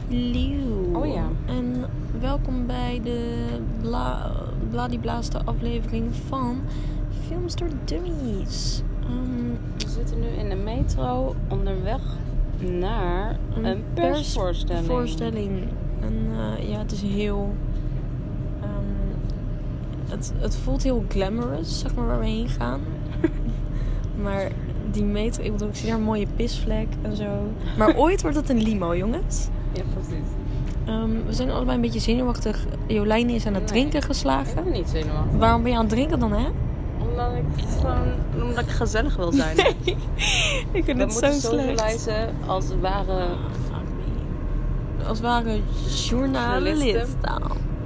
Hallo. Oh ja. En welkom bij de bladiblaasta aflevering van Films door Dummies. We zitten nu in de metro onderweg naar een persvoorstelling. En ja, het is heel... Het voelt heel glamorous, zeg maar, waar we heen gaan. Maar die metro, ik bedoel, ik zie daar een mooie pisvlek en zo. Maar ooit wordt het een limo, jongens. Ja, precies. We zijn allebei een beetje zenuwachtig. Jolijn is aan het drinken geslagen. Ik ben niet zenuwachtig. Waarom ben je aan het drinken dan, hè? Omdat ik gezellig wil zijn. Nee, ik vind het zo slecht. We moeten socializen als het ware... Als ware journalisten.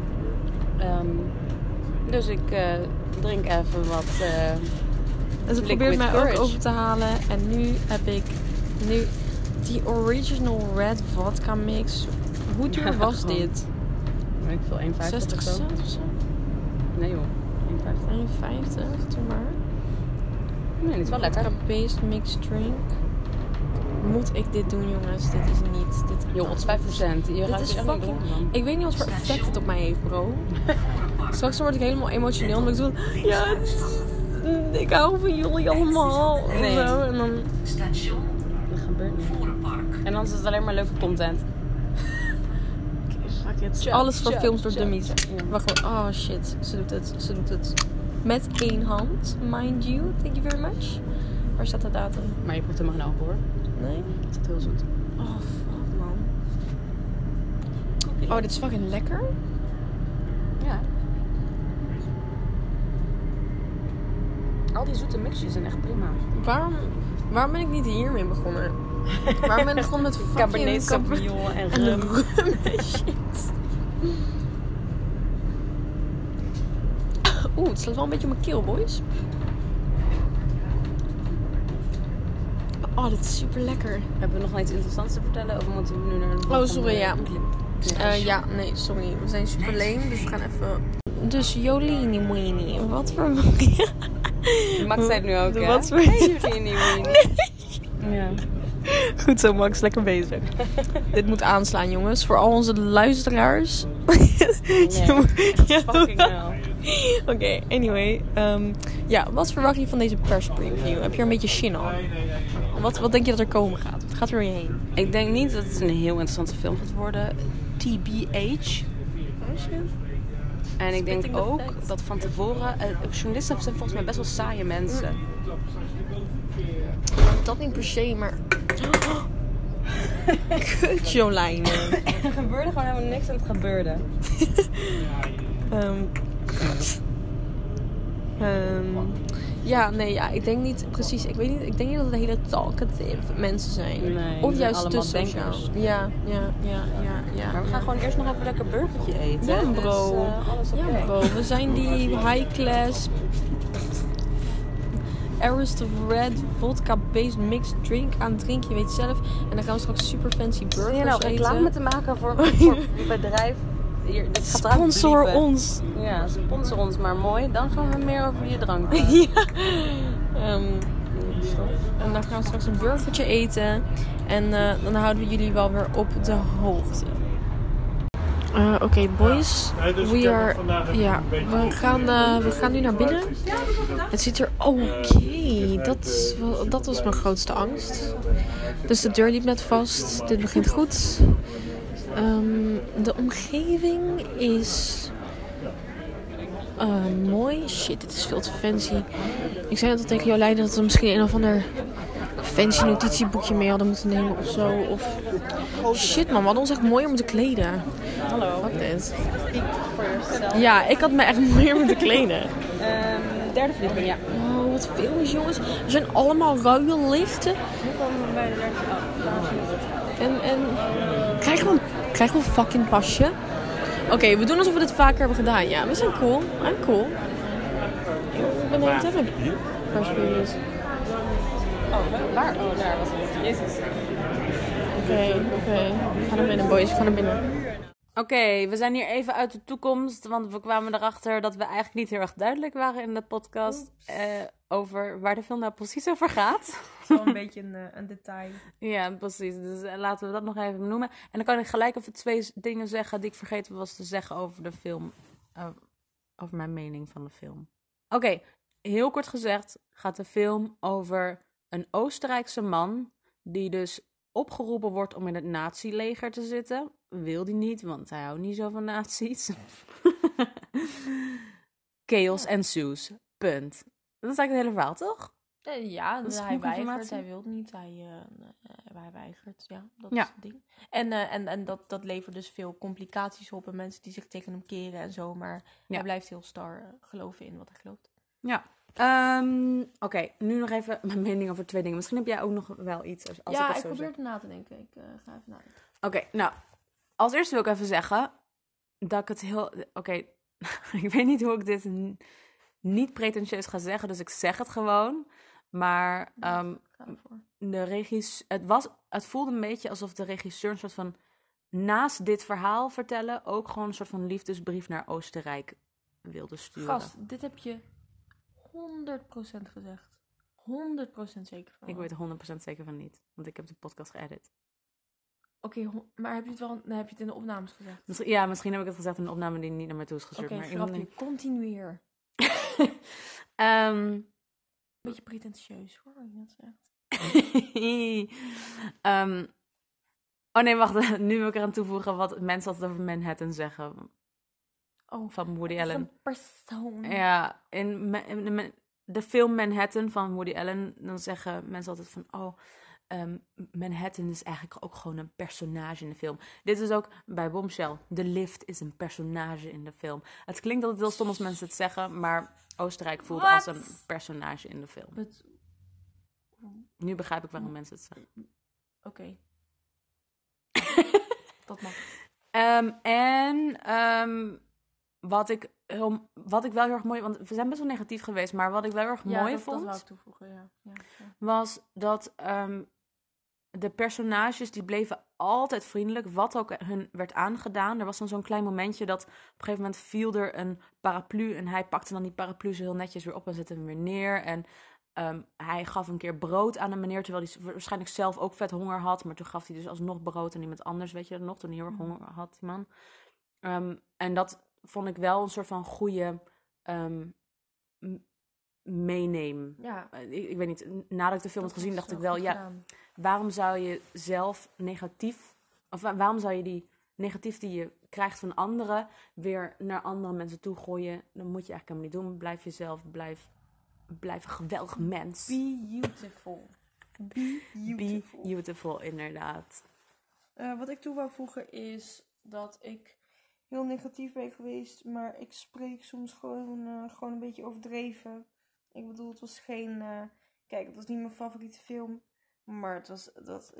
Dus ik drink even wat En ze probeert mij ook over te halen. En nu heb ik die original red vodka mix. Hoe duur was dit? Ik veel 1,50 60 cent of zo? Nee joh, 1,50. 1,50, doe maar. Nee, dit is wel lekker. Vodka-based mixed drink. Moet ik dit doen, jongens? Dit is niet... Joh, het is 5%. Je dit is fucking... Ik weet niet wat voor effect het op mij heeft, bro. Straks word ik helemaal emotioneel. Omdat ik zo... Ja, ik hou van jullie allemaal. Nee. Zo, en dan... Dat gebeurt niet. En dan is het alleen maar leuke content. Alles voor Films door Dummies. Ja. Wacht, oh shit. Ze doet het. Met één hand, mind you. Thank you very much. Waar staat de datum? Maar je proeft helemaal geen alcohol, hoor. Nee? Het is heel zoet. Oh, fuck, man. Okay. Oh, dit is fucking lekker. Ja. Al die zoete mixjes zijn echt prima. Waarom ben ik niet hiermee begonnen? Waarom ben ik begonnen met fucking... Cabernet Sauvignon en rum. Shit. Het slaat wel een beetje op mijn keel, boys. Oh, dit is super lekker. Hebben we nog iets interessants te vertellen? Of moeten we nu naar de volgende... Oh, sorry, ja. Nee, sorry. We zijn super lame, dus we gaan even... Dus Jolini Moini, wat voor... Max zei het nu ook, hè? Wat voor... Hey, Jolini Moini. Nee. Ja. Goed zo, Max. Lekker bezig. Dit moet aanslaan, jongens. Voor al onze luisteraars. Fucking hell. Oké, anyway. Wat verwacht je van deze perspreview? Heb je er een beetje zin al? Wat denk je dat er komen gaat? Wat gaat er door je heen? Ik denk niet dat het een heel interessante film gaat worden. TBH. En ik denk ook dat van tevoren... journalisten zijn volgens mij best wel saaie mensen. Dat niet per se, maar... Kut, Jolijn. Er gebeurde gewoon helemaal niks en het gebeurde. Ik denk niet precies. Ik weet niet. Ik denk niet dat het hele talkative mensen zijn. Nee, of juist te sociaal. Ja. Maar we gaan gewoon eerst nog even lekker burgertje eten. Ja, bro. Dus, alles okay. Ja, bro. We zijn die high class Arist of Red vodka-based mixed drink aan het drinken. Je weet zelf. En dan gaan we straks super fancy burgers eten. Reclame te maken voor een bedrijf. Hier, dit gaat sponsor ons. Ja, sponsor ons maar mooi. Dan gaan we meer over je drank. Ja. En dan gaan we straks een burgertje eten. En dan houden we jullie wel weer op de hoogte. Oké, boys. We gaan nu naar binnen. Het ziet er... Oké. Dat was mijn grootste angst. Dus de deur liep net vast. Dit begint goed. De omgeving is mooi. Shit, dit is veel te fancy. Ik zei net al tegen Jolijn dat we misschien een of ander fancy notitieboekje mee hadden moeten nemen of zo. Of... Shit man, we hadden ons echt mooier moeten kleden. Hallo. Fuck dit. Ja, ik had me echt mooier moeten kleden. Derde verdieping, ja. Oh, wat veel is, jongens. Er zijn allemaal ruillichten. Nu komen we bij de derde verdieping. En krijgen we een fucking pasje? Oké, we doen alsof we dit vaker hebben gedaan. Ja, we zijn cool. I'm cool. Ik ben de hele tijd met perspreviews. Oh, waar? Oh, daar was het. Jezus. Oké. Ga naar binnen, boys. Ga naar binnen. Oké, we zijn hier even uit de toekomst, want we kwamen erachter dat we eigenlijk niet heel erg duidelijk waren in de podcast over waar de film nou precies over gaat. Wel een beetje een detail. Ja, precies. Dus laten we dat nog even noemen. En dan kan ik gelijk even 2 dingen zeggen die ik vergeten was te zeggen over de film. Over mijn mening van de film. Oké, heel kort gezegd gaat de film over een Oostenrijkse man die dus opgeroepen wordt om in het nazi-leger te zitten. Wil die niet, want hij houdt niet zo van nazi's. Chaos ensues. Punt. Dat is eigenlijk het hele verhaal, toch? Ja, Dat is hij genoeg weigert, informatie. hij wil niet, hij weigert. Ja, dat Ja. is het ding. En dat levert dus veel complicaties op en mensen die zich tegen hem keren en zo. Maar hij blijft heel star geloven in wat hij gelooft. Ja. Oké, nu nog even mijn mening over 2 dingen. Misschien heb jij ook nog wel iets. Als Ja, ik ik zo probeer zeg. het na te denken. Ik ga even nadenken. Oké, nou. Als eerste wil ik even zeggen dat ik het heel... Oké, ik weet niet hoe ik dit niet pretentieus ga zeggen, dus ik zeg het gewoon. Maar Ga ervoor. het voelde een beetje alsof de regisseur een soort van... Naast dit verhaal vertellen, ook gewoon een soort van liefdesbrief naar Oostenrijk wilde sturen. Gast, dit heb je 100% gezegd. 100% zeker van. Ik weet er 100% zeker van niet, want ik heb de podcast geëdit. Oké, maar heb je het in de opnames gezegd? Misschien heb ik het gezegd in een opname die niet naar mij toe is gestuurd. Oké, maar grapje. Continueer. Beetje pretentieus hoor, je dat zegt. Oh nee, wacht. Nu wil ik eraan toevoegen wat mensen altijd over Manhattan zeggen. Van Woody Allen. Een persoon. Ja, in de film Manhattan van Woody Allen, dan zeggen mensen altijd van... Manhattan is eigenlijk ook gewoon een personage in de film. Dit is ook bij Bombshell. De lift is een personage in de film. Het klinkt altijd heel stom als mensen het zeggen, maar Oostenrijk voelde als een personage in de film. Nu begrijp ik waarom mensen het zeggen. Oké. Dat mag. Wat ik wel heel erg mooi... Want we zijn best wel negatief geweest, maar wat ik wel heel erg mooi vond... dat wou ik toevoegen, ja. was dat de personages die bleven altijd vriendelijk, wat ook hun werd aangedaan. Er was dan zo'n klein momentje dat op een gegeven moment viel er een paraplu en hij pakte dan die paraplu zo heel netjes weer op en zette hem weer neer. En hij gaf een keer brood aan een meneer, terwijl hij waarschijnlijk zelf ook vet honger had. Maar toen gaf hij dus alsnog brood aan iemand anders, weet je dat nog, toen hij heel erg honger had, die man. En dat vond ik wel een soort van goede... meeneem. Ja. Ik weet niet, nadat ik de film had gezien, dacht ik wel, waarom zou je zelf negatief, of waarom zou je die negatief die je krijgt van anderen weer naar andere mensen toe gooien? Dan moet je eigenlijk helemaal niet doen. Blijf jezelf, blijf een geweldig mens. Be beautiful. Be beautiful, inderdaad. Wat ik toe wou voegen is dat ik heel negatief ben geweest, maar ik spreek soms gewoon een beetje overdreven. Ik bedoel, het was geen... kijk, het was niet mijn favoriete film. Maar het was...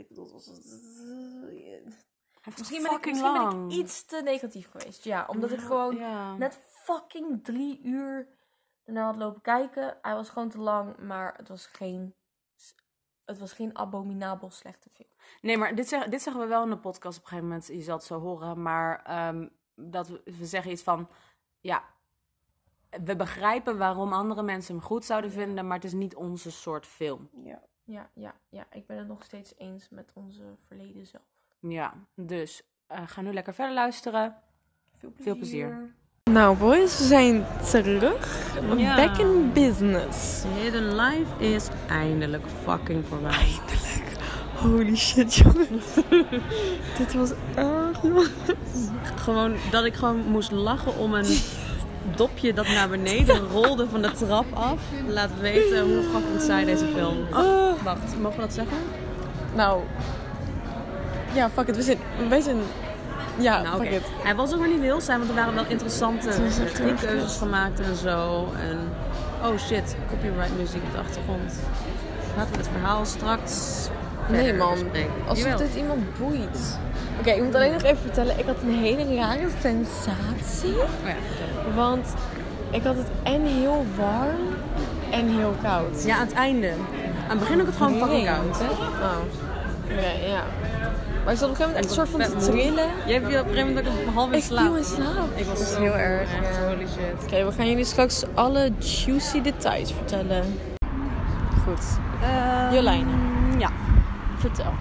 Misschien ben ik iets te negatief geweest. Ja, omdat ik gewoon net fucking 3 uur ernaar had lopen kijken. Hij was gewoon te lang, maar het was geen abominabel slechte film. Nee, maar dit zeggen we wel in de podcast op een gegeven moment. Je zal het zo horen, maar dat we zeggen iets van... Ja, we begrijpen waarom andere mensen hem goed zouden vinden, maar het is niet onze soort film. Ja. Ik ben het nog steeds eens met onze verleden zelf. Ja, dus ga nu lekker verder luisteren. Veel plezier. Nou boys, we zijn terug. Ja. Back in business. Hidden Life is eindelijk fucking voorbij. Eindelijk. Holy shit, jongens. Dit was erg, jongens. Gewoon dat ik gewoon moest lachen om een dopje dat naar beneden rolde van de trap af. Laat weten hoe fucking saai deze film. Wacht, mogen we dat zeggen? Nou, ja, fuck it. Wij zijn... Ja, nou, fuck it. Hij was ook weer niet heel saai, want er waren wel interessante keuzes gemaakt en zo. En oh shit, copyright muziek op de achtergrond. Laten we het verhaal straks Nee man, bespreken. alsof dit iemand boeit. Oké, ik moet alleen nog even vertellen. Ik had een hele rare sensatie. Oh ja, vertel. Want ik had het en heel warm en heel koud. Ja, aan het einde. Aan het begin ook het gewoon fucking koud. Oh. Oké, ja. Maar ik zat op een gegeven moment echt een soort van te trillen. Jij hebt op een gegeven moment ook half in slaap. Ik viel in slaap. Ik was dat is zo heel erg. Holy shit. Oké, we gaan jullie straks alle juicy details vertellen. Goed. Jolijne. Ja. Vertel.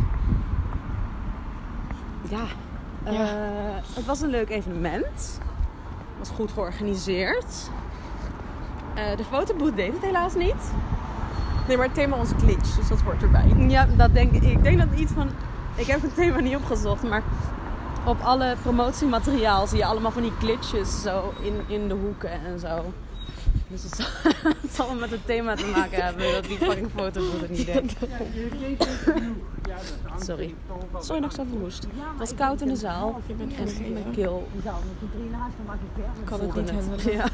Ja. Het was een leuk evenement. Het was goed georganiseerd. De fotoboot deed het helaas niet. Nee, maar het thema was glitch, dus dat hoort erbij. Ja, dat denk ik. Ik denk dat iets van... Ik heb het thema niet opgezocht, maar op alle promotiemateriaal zie je allemaal van die glitches zo in de hoeken en zo. Dus het zal met het thema te maken hebben dat die fucking fotoboot het niet deed. Sorry. Sorry nog zo verwoest. Het was koud in de zaal en mijn keel. Ik kan het niet handelen. Ja.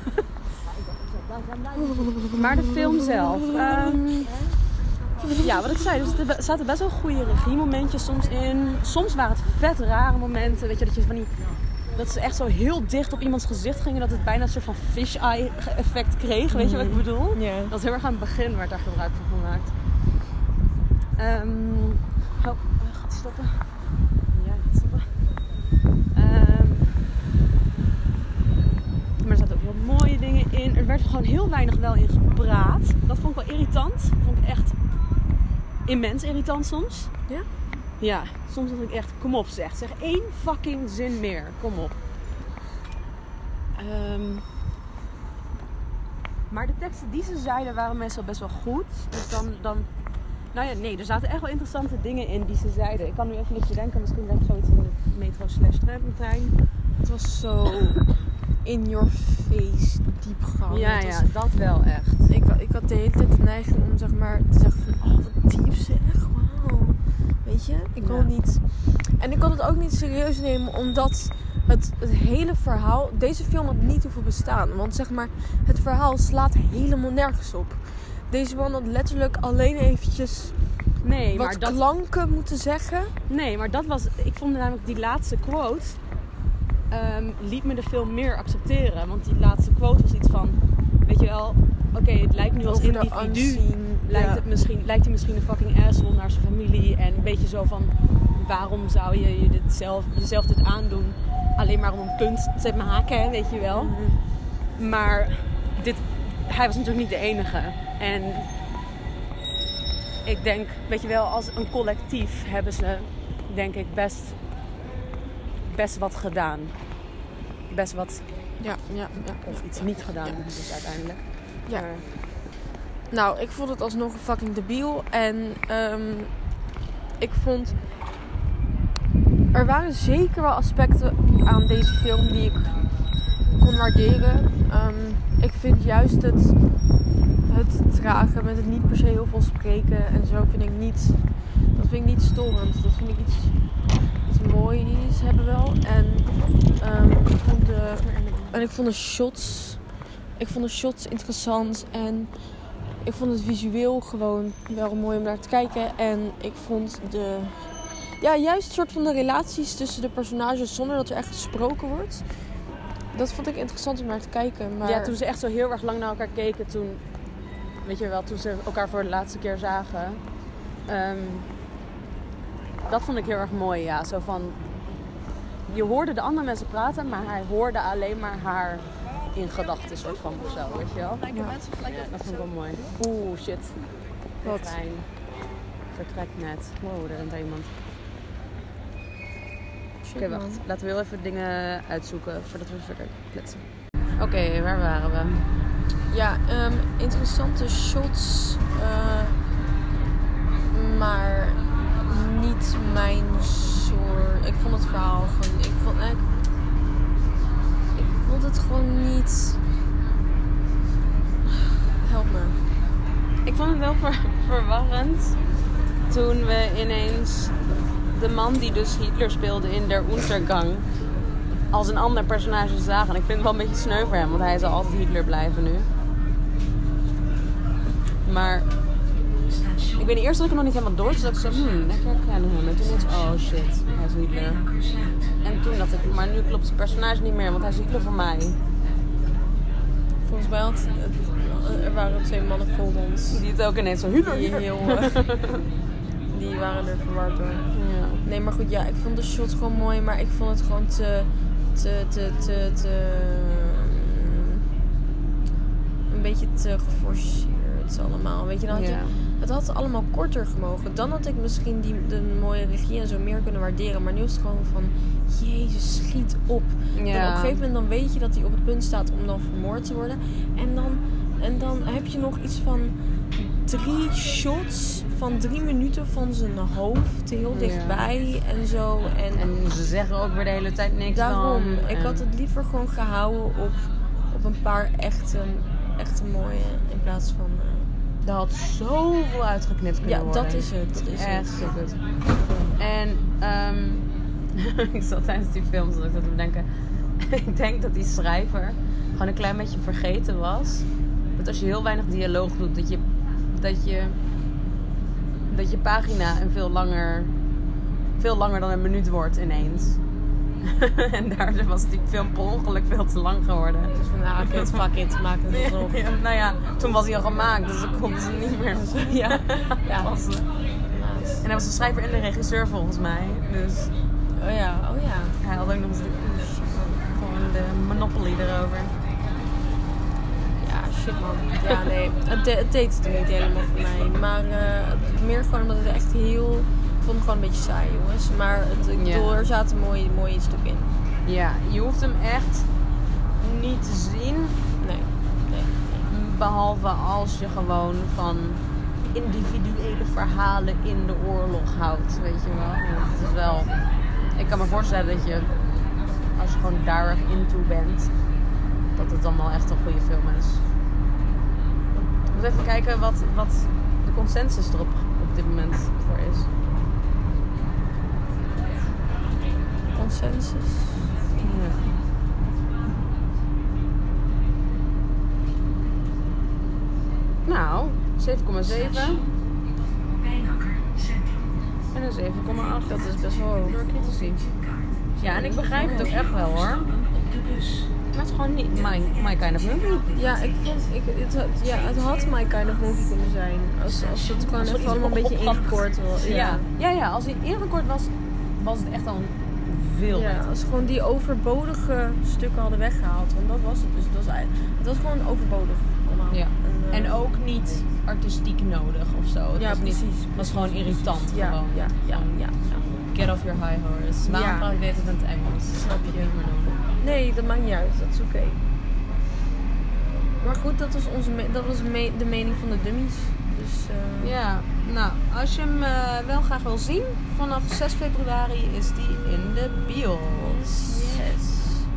Maar de film zelf. Ja, wat ik zei, dus er zaten best wel goede regiemomentjes soms in. Soms waren het vet rare momenten. Weet je, dat ze echt zo heel dicht op iemands gezicht gingen. Dat het bijna een soort van fish-eye effect kreeg. Weet je wat ik bedoel? Ja. Dat is heel erg aan het begin werd daar gebruik van gemaakt. Gaat hij stoppen? Ja, gaat stoppen. Maar er zaten ook heel mooie dingen in. Er werd gewoon heel weinig wel in gepraat. Dat vond ik wel irritant. Dat vond ik echt immens irritant soms. Ja? Ja, soms dacht ik echt, kom op zeg 1 fucking zin meer. Kom op. Maar de teksten die ze zeiden waren meestal best wel goed. Dus dan... Nou ja, nee, er zaten echt wel interessante dingen in die ze zeiden. Ik kan nu even niet denken, misschien denk ik zoiets in de metro/trein. Het was zo in your face diepgang. Ja, ja, dat wel echt. Ik had de hele tijd de neiging om zeg maar te zeggen van, oh wat diep zeg, wauw. Weet je, ik wil niet... En ik kon het ook niet serieus nemen, omdat het hele verhaal... Deze film had niet hoeven bestaan, want zeg maar, het verhaal slaat helemaal nergens op. Deze man had letterlijk alleen eventjes wat klanken moeten zeggen. Nee, maar dat was... Ik vond namelijk die laatste quote... liet me de film meer accepteren. Want die laatste quote was iets van... Weet je wel... Oké, het lijkt nu als individu... Lijkt hij misschien een fucking asshole naar zijn familie. En een beetje zo van... Waarom zou je jezelf dit aandoen? Alleen maar om een punt te maken, weet je wel. Mm-hmm. Maar hij was natuurlijk niet de enige. En ik denk, weet je wel, als een collectief hebben ze, denk ik, best wat gedaan. Best wat... Ja. Of iets niet gedaan, dus uiteindelijk. Ja. Nou, ik vond het alsnog een fucking debiel. En ik vond... Er waren zeker wel aspecten aan deze film die ik kon waarderen. Ik vind juist het trage met het niet per se heel veel spreken en zo vind ik niet... Dat vind ik niet storend. Dat vind ik iets moois hebben wel. En ik vond de shots... Ik vond de shots interessant en ik vond het visueel gewoon wel mooi om naar te kijken. En ik vond juist een soort van de relaties tussen de personages zonder dat er echt gesproken wordt. Dat vond ik interessant om naar te kijken. Maar... Ja, toen ze echt zo heel erg lang naar elkaar keken, toen ze elkaar voor de laatste keer zagen. Dat vond ik heel erg mooi, ja. Zo van, je hoorde de andere mensen praten, maar hij hoorde alleen maar haar in gedachten soort van of zo, weet je wel. Ja, dat vond ik wel mooi. Oeh, shit. Wat? Trein vertrekt net. Wow, er rent iemand. Oké, wacht. Laten we heel even dingen uitzoeken voordat we verder kletsen. Oké, waar waren we? Ja, interessante shots. Maar niet mijn soort. Ik vond het verhaal gewoon... Ik vond het gewoon niet... Help me. Ik vond het wel verwarrend toen we ineens de man die dus Hitler speelde in Der Untergang als een ander personage zagen. En ik vind het wel een beetje sneu voor hem, want hij zal altijd Hitler blijven nu. Maar ik weet niet, eerst had ik hem nog niet helemaal door, dus dat ik zo, ik herken hem. En toen dacht ik, oh shit, hij is Hitler. En toen dacht ik, maar nu klopt het personage niet meer, want hij is Hitler voor mij. Volgens mij er waren 2 mannen voor ons. Die het ook ineens zo Hitler. Die waren er verward door. Ja. Nee, maar goed, ja, ik vond de shots gewoon mooi, maar ik vond het gewoon te een beetje te geforceerd allemaal. Weet je, dan had het had allemaal korter gemogen. Dan had ik misschien de mooie regie en zo meer kunnen waarderen. Maar nu is het gewoon van, Jezus, schiet op. Dan op een gegeven moment dan weet je dat hij op het punt staat om dan vermoord te worden. En dan heb je nog iets van 3 shots van 3 minuten van zijn hoofd heel dichtbij en zo. En ze zeggen ook weer de hele tijd niks. Daarom, ik had het liever gewoon gehouden op een paar echte mooie in plaats van... Er had zoveel uitgeknipt kunnen worden. Ja, dat is het. Dat is echt zo goed. En ik zat tijdens die film te bedenken. Ik denk dat die schrijver gewoon een klein beetje vergeten was. Dat als je heel weinig dialoog doet, dat je pagina een veel langer dan een minuut wordt ineens. En daar was die film per ongeluk veel te lang geworden. Dus van, fuck it, maak het nog. Ja, nou ja, toen was hij al gemaakt, dus dan konden ze niet meer passen. En hij was de schrijver en de regisseur volgens mij. Dus... Oh ja. Hij had ook nog eens gewoon de monopoly erover. Ja, shit man. Ja, nee. Het deed het niet helemaal voor mij. Maar meer gewoon omdat het echt heel... Ik vond het gewoon een beetje saai, jongens. Maar er zaten mooie stukken in. Ja, je hoeft hem echt niet te zien. Nee. Behalve als je gewoon van individuele verhalen in de oorlog houdt. Weet je wel. Het is wel... Ik kan me voorstellen dat je, als je gewoon daar erg into bent, dat het dan wel echt een goede film is. Ik moet even kijken wat de consensus erop op dit moment voor is. Consensus? Ja. Nou, 7,7. En een 7,8. Dat is best wel hoog. Door critici. Ja, en ik begrijp het ook echt wel hoor. Maar het is gewoon niet my kind of movie. Ja, het had my kind of movie kunnen zijn. Als het gewoon even allemaal een beetje ingekort was. Ja, als hij ingekort was, was het echt al veel beter. Als ze gewoon die overbodige stukken hadden weggehaald. Want dat was het. Dus het was gewoon overbodig allemaal. Ja. En ook niet artistiek nodig of zo. Het was precies. Het was gewoon irritant. Ja. Get off your high horse. Waarom praat ik dit in het Engels? Snap je? Nee, dat maakt niet uit. Dat is oké. Maar goed, dat was de mening van de dummies. Dus, Ja, nou, als je hem wel graag wil zien, vanaf 6 februari is die in de bios. Yes.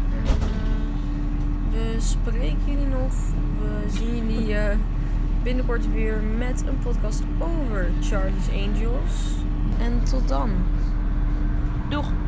We spreken jullie nog. We zien jullie binnenkort weer met een podcast over Charlie's Angels. En tot dan. Doeg!